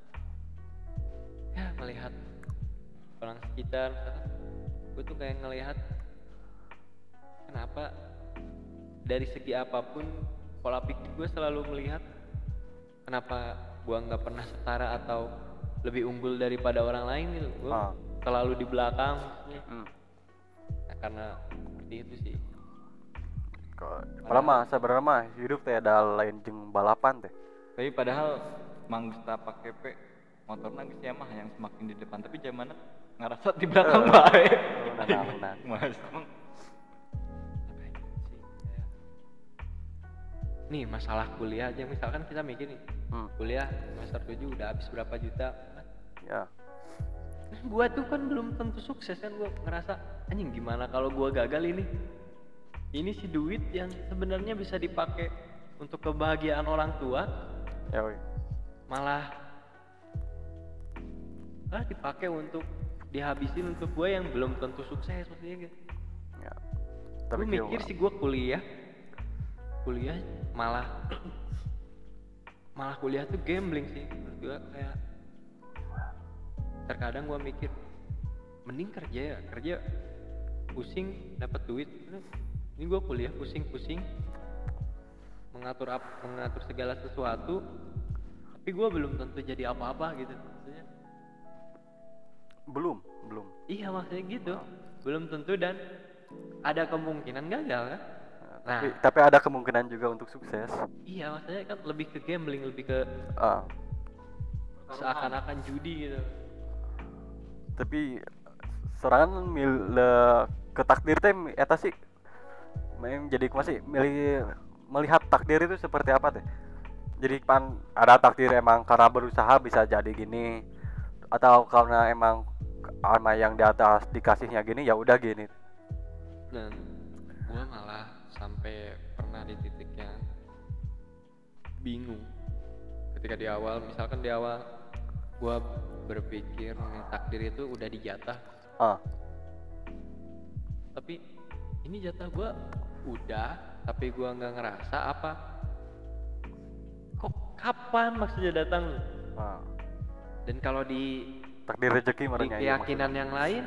ya melihat orang sekitar. Gue tuh kayak ngelihat kenapa dari segi apapun pola pikir gue selalu melihat kenapa gue nggak pernah setara atau lebih unggul daripada orang lain gitu. Gue Ah. selalu di belakang maksudnya. Hmm. Nah, karena seperti itu sih. Kok malah mah sebenarnya mah hidup teh ada lain jeung balapan teh. Tapi padahal mang geus teu pake P motorna geus Yamaha yang semakin di depan, tapi zamanna ngarasa di belakang Eh. bae. Benar, benar. Mas, emang Kayak gitu sih, kayak- nih masalah kuliah aja misalkan kita mikir nih Hmm. kuliah semester tujuh udah habis berapa juta kan. Ya. Nah, gua tuh kan belum tentu sukses kan, gua ngerasa anjing gimana kalau gua gagal ini. Ini si duit yang sebenarnya bisa dipakai untuk kebahagiaan orang tua Ya woi. malah ah dipakai untuk dihabisin untuk gue yang belum tentu sukses maksudnya gitu. Ya. Gue Tapi mikir sih gue kuliah kuliah malah malah kuliah tuh gambling sih menurut gue. Kayak terkadang gue mikir mending kerja ya, kerja pusing dapat duit. Ini gue kuliah pusing-pusing mengatur ap- mengatur segala sesuatu tapi gue belum tentu jadi apa-apa gitu maksudnya. belum, belum. Iya maksudnya gitu, belum tentu dan ada kemungkinan gagal kan. Nah, Tapi, tapi ada kemungkinan juga untuk sukses. iya maksudnya kan lebih ke gambling, lebih ke Ah, seakan-akan judi gitu. tapi serangan mil le- ke takdir teh eta sih main jadi masih milih melihat takdir itu seperti apa teh. Jadi pan ada takdir emang karena berusaha bisa jadi gini atau karena emang sama yang di atas dikasihnya gini ya udah gini. Dan gue malah sampai pernah di titik yang bingung ketika di awal, misalkan di awal gue berpikir takdir itu udah dijatah, Ah, tapi ini jatah gue udah tapi gue nggak ngerasa apa kok kapan maksudnya datang. ah. Dan kalau di Takdir rezeki di merenya ya keyakinan yang lain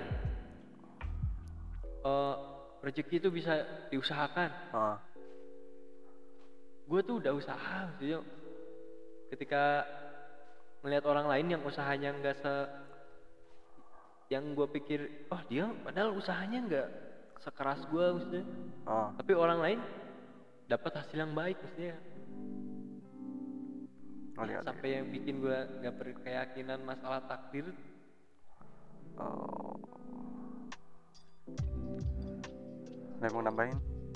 eh rezeki itu bisa diusahakan. Ah, Gue tuh udah usaha maksudnya ketika melihat orang lain yang usahanya nggak se yang gue pikir oh dia padahal usahanya nggak sekeras gue maksudnya, ah. tapi orang lain dapat hasil yang baik maksudnya. Oh, Ya, lihat, sampai yang bikin gue nggak berkeyakinan masalah takdir. Oh. Ada yang mau nambahin?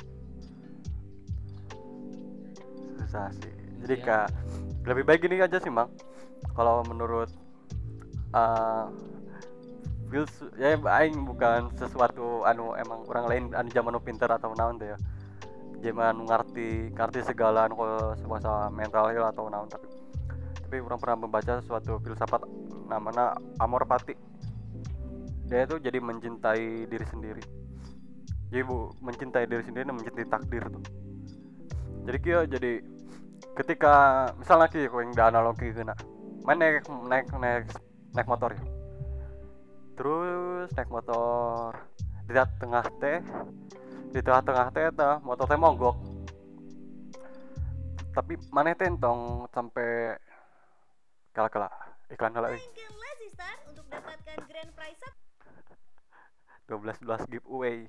Susah sih. Jadi Iya. kak lebih baik gini aja sih Mang. Kalau menurut uh, feels ya aing bukan sesuatu anu emang orang lain anu zaman nu pinter atau naon teh ya. Zaman ngerti ngerti segala anu semasa mental health atau naon tapi tapi orang pernah membaca suatu filsafat namanya Amor Fati. Dia itu jadi mencintai diri sendiri. Jadi bu mencintai diri sendiri dan mencintai takdir tuh. Jadi kia jadi ketika misalnya kia kau yang da analogi kena main naik naik naik naik motor ya. Terus naik motor di tengah teh di tengah-tengah teh eta motor teh mogok. Tapi mana teh entong sampai kala-kala iklan heula euy. Main ke Lazy Star untuk dapatkan grand prize dua belas belas giveaway.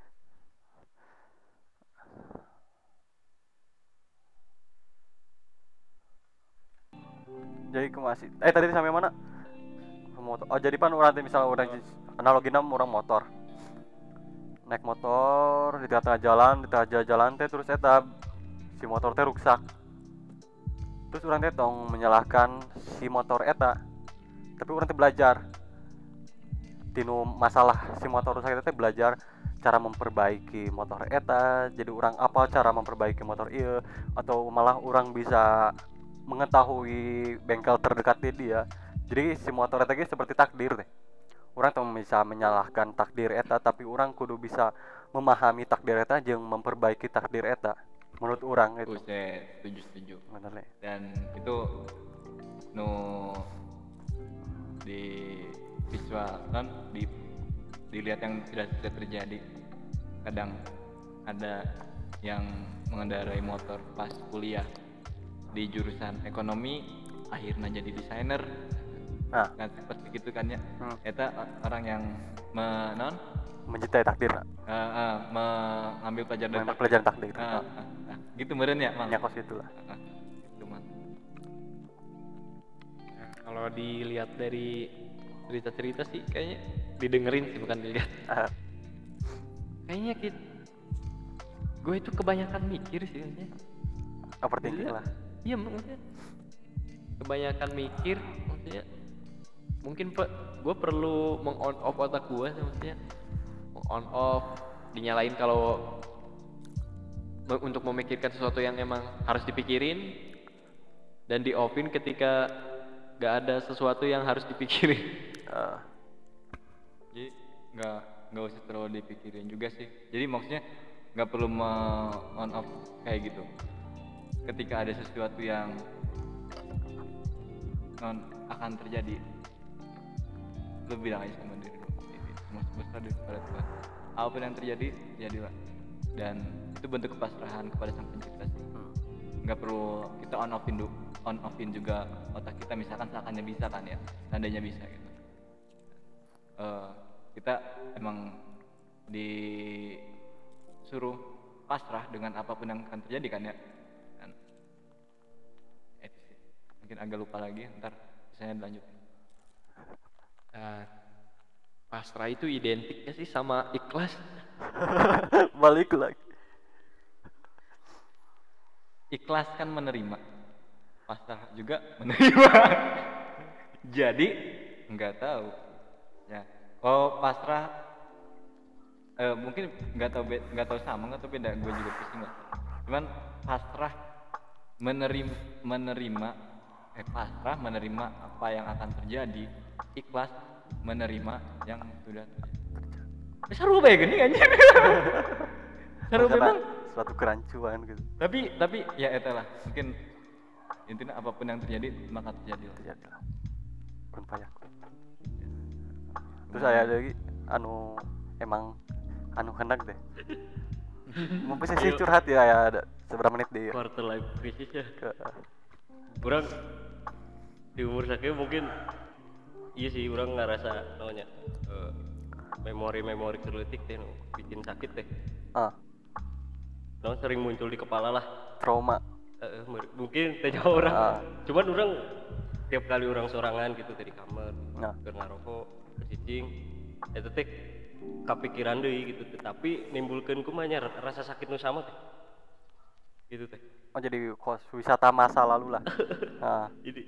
Jadi aku masih eh tadi sampai mana? Motor. Oh jadi pan orang teh misalnya orang analogina orang motor. Naik motor di tengah jalan, di tengah jalan teh terus eta si motor teh rusak. Terus orang teh tong menyalahkan si motor eta. Tapi orang teh belajar tinu masalah si motor rusak eta teh belajar cara memperbaiki motor eta. Jadi orang apa cara memperbaiki motor iya atau malah orang bisa mengetahui bengkel terdekat di dia. Jadi si motor eta ge seperti takdir teh. Orang tuh bisa menyalahkan takdir eta tapi orang kudu bisa memahami takdir eta jeung memperbaiki takdir eta. Menurut orang itu. Buset, setuju setuju. Bener le. Dan itu nu di visual kan di dilihat yang tidak tidak terjadi. Kadang ada yang mengendarai motor pas kuliah di jurusan ekonomi akhirnya jadi desainer, Ah. Nah pas begitu kan ya Hmm. eta o- orang yang menon Mencintai takdir uh, uh, mengambil pelajaran dari mengambil takdir. pelajaran takdir. Ah, Ah. ah, ah. Gitu meren ya mang. Ya kos itulah. Ah, ah. Gitu mang. Nah, kalau dilihat dari cerita-cerita sih kayaknya didengerin sih bukan dilihat. Ah. Kayaknya kit gue itu kebanyakan mikir sih kayaknya. Overthinking Maksudnya, lah. Iya maksudnya kebanyakan mikir maksudnya mungkin pe, gue perlu meng on off otak gue sih, maksudnya meng on off dinyalain kalau me- untuk memikirkan sesuatu yang emang harus dipikirin dan di offin ketika gak ada sesuatu yang harus dipikirin. Ah. Jadi nggak nggak usah terlalu dipikirin juga sih. Jadi maksudnya nggak perlu me- on off kayak gitu. Ketika ada sesuatu yang non akan terjadi, lu bilang aja sama diri lu, ini semua besar daripada Tuhan. Apapun yang terjadi, jadilah. Dan itu bentuk kepasrahan kepada Sang Pencipta sih. Nggak perlu kita on offin du, on offin juga otak kita, misalkan seakannya bisa kan ya, tandanya bisa gitu. Eh, kita emang disuruh pasrah dengan apapun yang akan terjadi kan ya. Dan, eh, itu sih. Mungkin agak lupa lagi, ntar misalnya dilanjutin. Nah, pasrah itu identik gak sih sama ikhlas? Balik lagi. Ikhlas kan menerima, pasrah juga menerima. Jadi nggak tahu ya. Kalau pasrah eh, mungkin nggak tahu be- nggak tahu sama nggak tahu beda, gue juga pusing lah. Cuman pasrah menerima menerima eh pasrah menerima apa yang akan terjadi, ikhlas menerima yang sudah terjadi. Eh, seru banget gini anjir. Seru Karena memang. suatu kerancuan gitu. Tapi tapi ya itulah mungkin intinya apapun yang terjadi maka terjadi lah. Terjadilah. Kun payakun. Terus saya ada lagi anu emang anu hendak deh. Mau bisa sih Ayo. curhat ya, ya ada seberapa menit deh. Quarter life crisis ya. Ke, Orang di umur saya mungkin iya sih orang ngerasa namanya eh, memori-memori terletik teh no, bikin sakit teh. ah, No, sering muncul di kepala lah. trauma. Eh, eh, mer- mungkin teh jauh orang. Ah. Cuman orang tiap kali orang sorangan gitu teh di kamar, Nah. keur ngarokok, keur cicing, eta teh kapikiran deui gitu teh. Tapi nimbulkeun kumanya rasa sakit nu sama teh. Gitu teh. Oh jadi kos wisata masa lalu lah. Nah, Jadi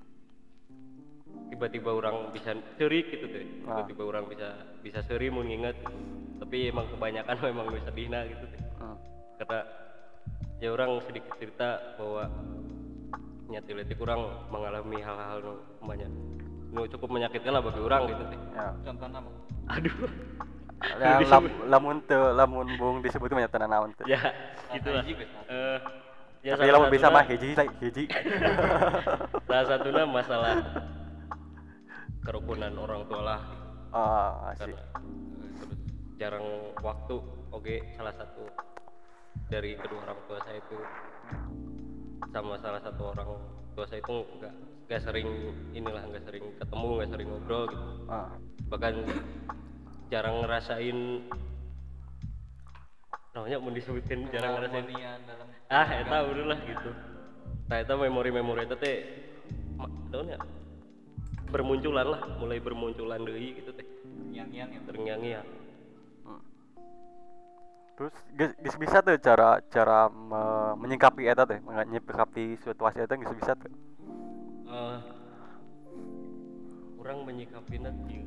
tiba-tiba orang bisa cerik gitu teh. Ah. Tiba-tiba orang bisa bisa seri mun nginget. Tapi emang kebanyakan memang nu sedihna gitu teh. hmm. Karena ya orang sedikit cerita bahwa nyati-letik orang mengalami hal-hal nu kumanya nu cukup menyakitkan lah bagi orang gitu teh. Ya. Contohnya apa? Aduh. Ya, lam, lamun teu lamun bung disebut mah tenan naon teu. Ya, gitu lah. hiji geus satu. Eh, ya Tapi salah lamun bisa satuna- mah hiji hiji. salah satunya masalah kerukunan orang tua lah Ah, asik. karena eh, terus jarang waktu oke salah satu dari kedua orang tua saya itu sama salah satu orang tua saya itu nggak nggak sering inilah nggak sering ketemu nggak sering ngobrol gitu Ah. bahkan jarang ngerasain namanya mau disebutkan jarang ngerasain Keharmonian dalam ah eta udah lah gitu nah eta memori-memori eta teh ma- naon ya bermunculan lah mulai bermunculan deui gitu teh yang-yang yang terngiang-ngiang Terus geus geus bisa tuh cara cara me- menyikapi eta teh, menyikapi situasi eta geus bisa tuh. Eh, orang menyikapinya kieu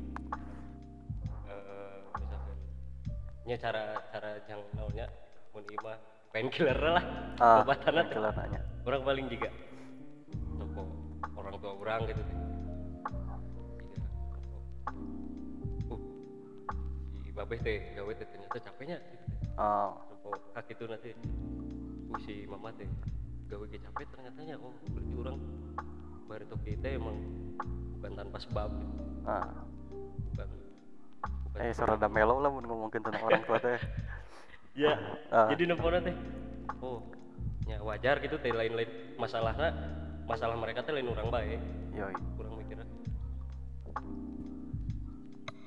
eh misalkan nya cara cara yang naonnya mun ieu mah painkiller lah Ah, obatanna teh killer nanya. orang paling juga nopo orang tua orang gitu teh Jiga, nopo, uh si babeh teh gawe teh ternyata capeknya gitu teh Oh, nopo kaki itu nanti uh si mama teh gawe ge capek ternyata nya oh berarti orang bari toki teh emang bukan tanpa sebab gitu. ah. bukan bukan Eh sorada melo lah mun ngomongkeun tentang orang tua teh. ya Ah. jadi nempona teh oh ya wajar gitu teh lain-lain masalahnya masalah mereka teh lain orang baik Yoi. kurang mikirnya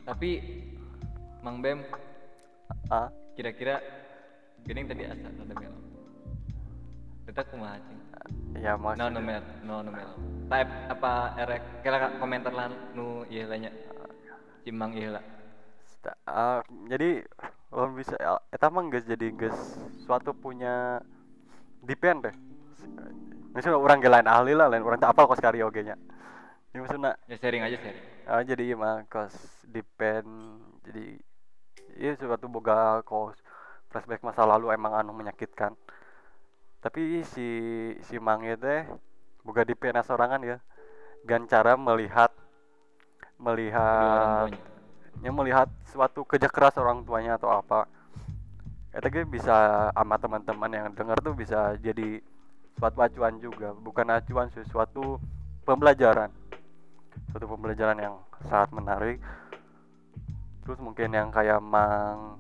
Tapi Mang Bem Ah, kira-kira gini tadi asa rada melo. Kita kumaha cing? ya No maksud no melo, no no melo. Type apa erek kira komentar lah nu ieu lah nya. Cimang ieu lah. sta- ah, jadi lo bisa ya, eta mah geus jadi geus suatu punya depend deh. Misalnya orang ge lain ahli lah, lain orang tak apal kos karaoke nya. Ini maksudnya Ya sharing aja sharing. ah, jadi ieu mah kos depend jadi iya suatu boga kos flashback masa lalu emang anu menyakitkan. Tapi si si Mang ieu teh boga depend sorangan ya. Gan cara melihat Kedua orang melihat tuanya. nya melihat suatu kerja keras orang tuanya atau apa. Eta ge bisa sama teman-teman yang denger tuh bisa jadi suatu acuan juga, bukan acuan sih, suatu pembelajaran. Suatu pembelajaran yang sangat menarik. Terus mungkin yang kayak Mang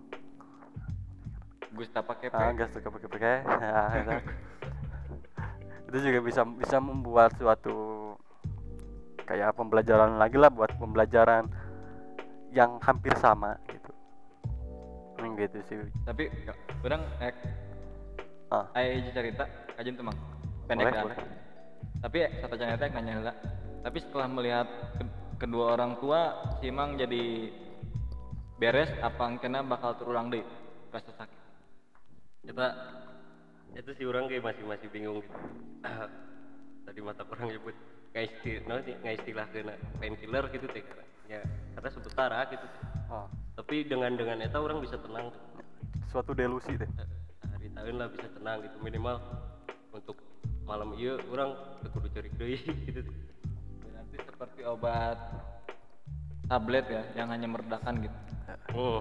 Gusta pakai ah, pe. gas suka pakai-pakai. Nah, eta. Itu juga bisa bisa membuat suatu kayak pembelajaran lagi lah, buat pembelajaran yang hampir sama gitu. Hmm, gitu sih. Tapi ya, orang ek Ah, aya hiji cerita kajen tuh Mang. Pendek boleh, dah. boleh. Tapi satu cerita ek nanya heula. Tapi setelah melihat ke- kedua orang tua si Mang jadi beres apa kena bakal terulang deui rasa sakit. Kita itu si orang kayak masih masih bingung gitu. Tadi mata orang nyebut nggak istilah, no, nggak istilah kena painkiller gitu teh karena ya karena sementara gitu teh. Ah, Tapi dengan dengan eta orang bisa tenang tuh. suatu delusi deh. Eh, hari tahun lah bisa tenang gitu minimal untuk malam iya orang teu kudu cari deui gitu teh. Berarti seperti obat tablet ya yang hanya meredakan gitu. Oh.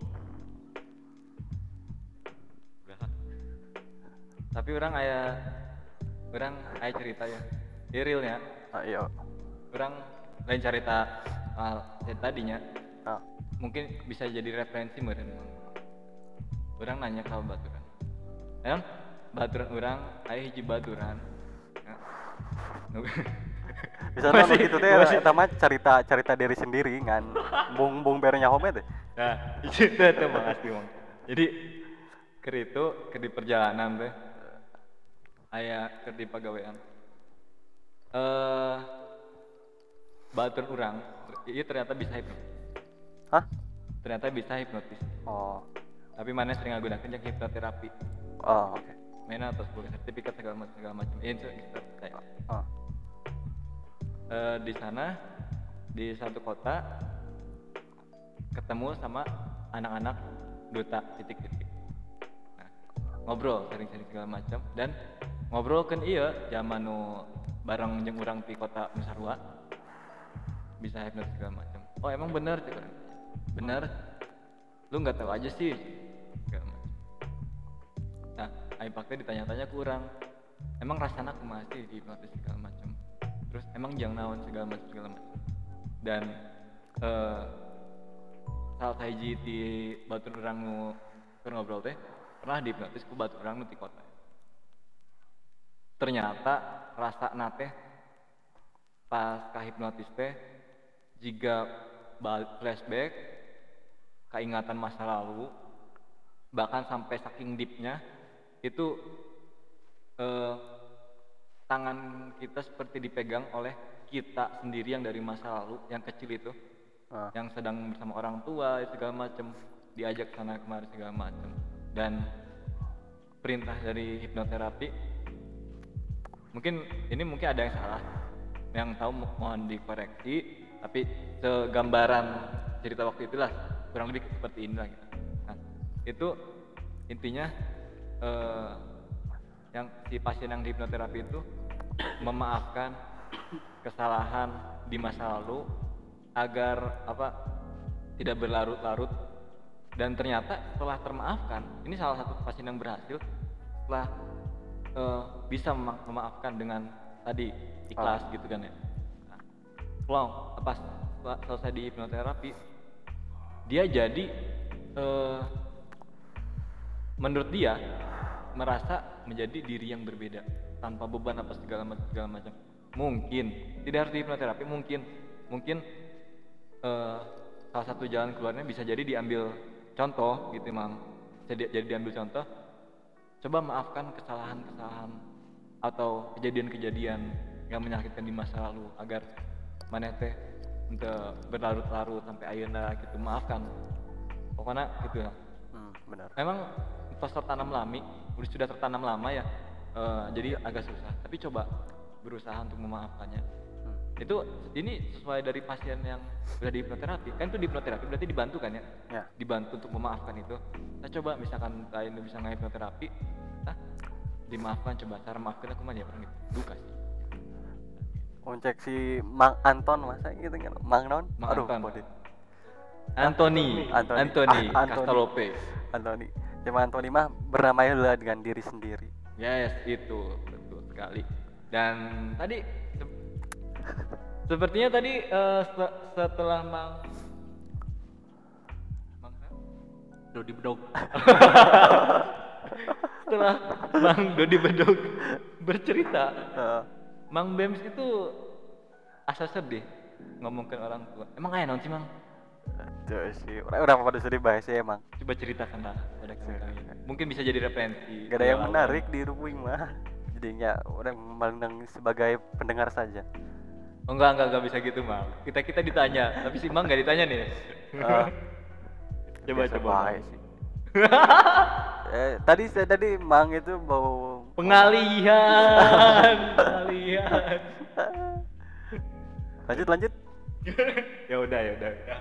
Udah. Tapi orang aya orang aya cerita ya. Ieu realnya Ah, iya. orang lain cerita uh, tadinya Ah, mungkin bisa jadi referensi meureun. Orang nanya ke baturan. Em, baturan orang aya hiji baturan. Ya. Nu- bisa Masih- nonton gitu teh masih- eta mah cerita cerita diri sendiri ngan bung bung berenya home teh. Nah, itu tuh Mang asli Mang. Jadi keur itu keur di perjalanan teh aya keur di pagawean. Eh batur urang ieu ternyata bisa hipnotis. Hah? Ternyata bisa hipnotis. Oh. Tapi mana sering ngagunakeun yang hipnoterapi. Oh, oke. Mana atas boleh sertifikat segala macam segala macam. Ini tuh saya. Ah. Eh, di sana di satu kota ketemu sama anak-anak duta titik-titik. Nah, ngobrol sering-sering segala macam dan ngobrol kan iya zaman nu bareng jeung urang di kota nu sarua bisa hipnotis segala macam. Oh emang bener cek urang. Bener. Lu nggak tahu aja sih segala macam. Nah, aing pakai ditanya-tanya ke urang. Emang rasana kumaha sih di hipnotis segala macam. Terus emang jangan naon segala macam segala macam. Dan eh salah sahiji di batur urang nu keur ngobrol teh pernah dihipnotis ku batur urang nu di kota. Ternyata rasa teh pas kahipnotis teh jika bal- flashback keingatan masa lalu bahkan sampai saking deepnya itu eh, tangan kita seperti dipegang oleh kita sendiri yang dari masa lalu yang kecil itu Ah. yang sedang bersama orang tua segala macam diajak sana kemari segala macam dan perintah dari hipnoterapi mungkin ini mungkin ada yang salah yang tahu mo- mohon dikoreksi tapi segambaran cerita waktu itulah kurang lebih seperti inilah gitu. Nah itu intinya eh, yang si pasien yang di hipnoterapi itu memaafkan kesalahan di masa lalu agar apa tidak berlarut-larut dan ternyata setelah termaafkan ini salah satu pasien yang berhasil setelah eh, bisa mema- memaafkan dengan tadi ikhlas gitu kan ya. Nah, long pas setelah selesai di hipnoterapi dia jadi eh, menurut dia merasa menjadi diri yang berbeda tanpa beban apa segala macam segala macam mungkin tidak harus di hipnoterapi mungkin mungkin eh, salah satu jalan keluarnya bisa jadi diambil contoh gitu Mang. Jadi, jadi diambil contoh, coba maafkan kesalahan-kesalahan atau kejadian-kejadian yang menyakitkan di masa lalu agar maneh teh untuk berlarut-larut sampai ayeuna gitu, maafkan pokoknya gitu ya. Hmm, benar. Memang tos tertanam lami, udah sudah tertanam lama ya, eh, jadi agak susah. Tapi coba berusaha untuk memaafkannya. Hmm. Itu ini sesuai dari pasien yang udah di hipnoterapi, kan itu di hipnoterapi berarti dibantu kan ya? Ya. Dibantu untuk memaafkan itu. Kita coba misalkan lain bisa nggak hipnoterapi, nah dimaafkan coba cara maafkan aku mah ya orang gitu, duka sih. Cek si Mang Anton masa gitu kan, Mang non? Mang Aduh, Anton. bodit. Anthony, Anthony. Anthony, Ah, Anthony. Castalope. Anthony. Cuma Anthony mah bernamailah dengan diri sendiri. Yes, itu betul sekali. Dan tadi se- sepertinya tadi eh, se- setelah Mang Mang siapa? Dodi Bedog. setelah Mang Dodi Bedog bercerita, Heeh. Mang Bems itu asa sedih ngomongin orang tua. Emang kayak non sih Mang? Tuh sih, udah udah pada sedih bahas ya emang. Coba ceritakan lah pada kami. Mungkin bisa jadi referensi. Gak ada yang Awal. menarik di Rupuing mah. Jadinya udah memandang sebagai pendengar saja. Oh, enggak, enggak, enggak bisa gitu Mang. Kita kita ditanya, tapi si Mang nggak ditanya nih. Eh, coba biasa coba. baik sih. eh, tadi saya tadi Mang itu bau Pengalihan, pengalihan. lanjut lanjut. Ya udah, ya udah. ya.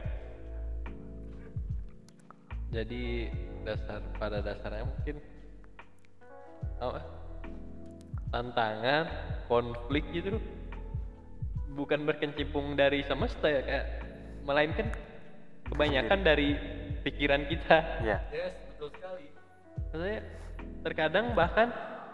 Jadi dasar pada dasarnya mungkin apa? Tantangan, konflik gitu loh. Bukan berkecimpung dari semesta ya kayak, melainkan kebanyakan dari pikiran kita. Iya. Yes, betul sekali. Maksudnya terkadang bahkan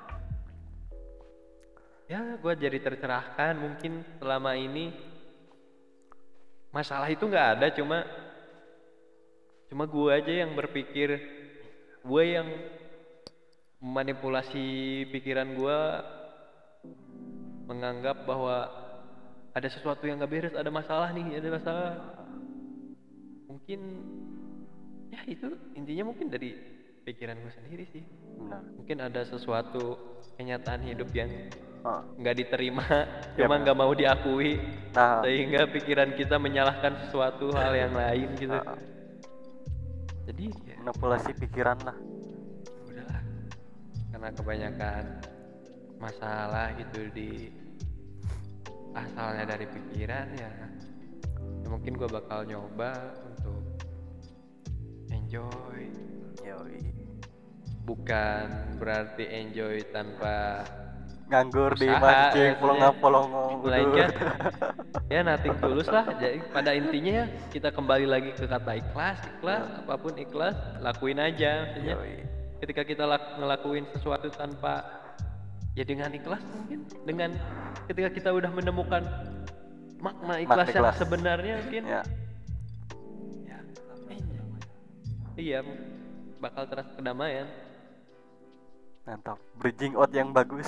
ya gue jadi tercerahkan mungkin selama ini masalah itu nggak ada, cuma cuma gue aja yang berpikir, gue yang memanipulasi pikiran gue, menganggap bahwa ada sesuatu yang nggak beres, ada masalah nih, ada masalah. Mungkin ya itu intinya mungkin dari pikiran gue sendiri sih. Benar. Mungkin ada sesuatu kenyataan hidup yang Oh. nggak diterima, Ya, cuma benar. nggak mau diakui, Nah, sehingga pikiran kita menyalahkan sesuatu hal yang lain gitu. Ah. Jadi ya manipulasi pikiran lah. udahlah, karena kebanyakan masalah gitu di asalnya dari pikiran ya, ya mungkin gue bakal nyoba untuk enjoy, Yoi. bukan berarti enjoy tanpa Nganggur di usaha, mancing, maksudnya. polong-polong. Melainkan ya nothing tulus lah. Jadi pada intinya ya, kita kembali lagi ke kata ikhlas, ikhlas, apapun ikhlas, lakuin aja. Maksudnya Yoi. ketika kita lak- ngelakuin sesuatu tanpa ya dengan ikhlas, mungkin dengan ketika kita udah menemukan makna ikhlas Makna yang ikhlas. sebenarnya mungkin Ya. ya enjoy. Iya, bakal terasa kedamaian. Mantap. Bridging out yang bagus.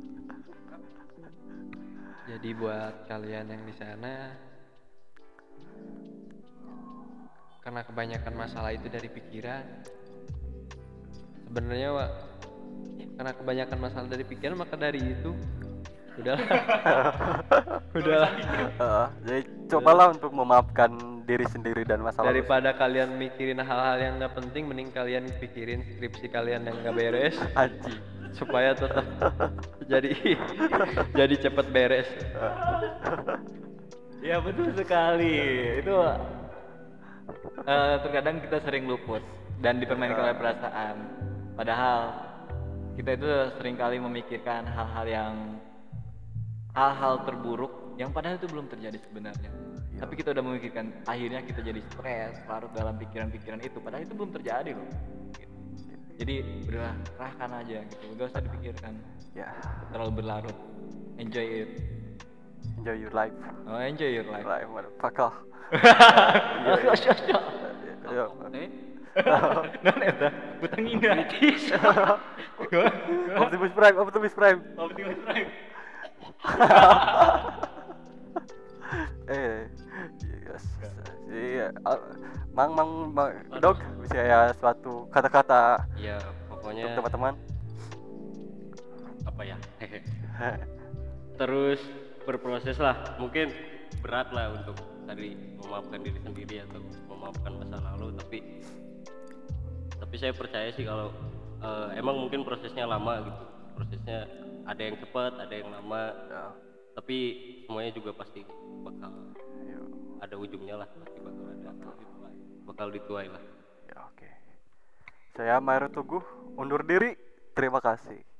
Jadi buat kalian yang di sana, karena kebanyakan masalah itu dari pikiran. Sebenarnya Wak, ya, karena kebanyakan masalah dari pikiran, maka dari itu udahlah. udahlah. Heeh, jadi cobalah untuk memaafkan diri sendiri dan masalah. Daripada kalian mikirin hal-hal yang nggak penting, mending kalian pikirin skripsi kalian yang nggak beres, Anjing. supaya tetap jadi jadi cepet beres. Ya betul sekali. Itu eh, terkadang kita sering luput dan dipermainkan oleh perasaan. Padahal kita itu seringkali memikirkan hal-hal yang hal-hal terburuk yang padahal itu belum terjadi sebenarnya. Tapi kita udah memikirkan, akhirnya kita jadi stres, larut dalam pikiran-pikiran itu. Padahal itu belum terjadi loh. Gitu. Jadi udahlah, serahkan aja gitu, gak usah dipikirkan Ya, terlalu berlarut. Enjoy it. enjoy your life. Oh, enjoy your life. Life motherfucker. Yo. Eh? Non eta, butang indah. Optimus Prime, Optimus Prime. Optimus Prime. Eh, yes. Iya, ah, mang mang, mang dog bisa ya suatu kata-kata Ya untuk pokoknya teman-teman. apa ya? Terus berproses lah. Mungkin berat lah untuk tadi memaafkan diri sendiri atau memaafkan masa lalu, tapi tapi saya percaya sih kalau eh, emang mungkin prosesnya lama gitu. Prosesnya ada yang cepat, ada yang lama, Ya, tapi semuanya juga pasti bakal iya. ada ujungnya lah, pasti bakal ada bakal dituai lah. Ya, oke. Saya Mairo Tuguh undur diri. Terima kasih.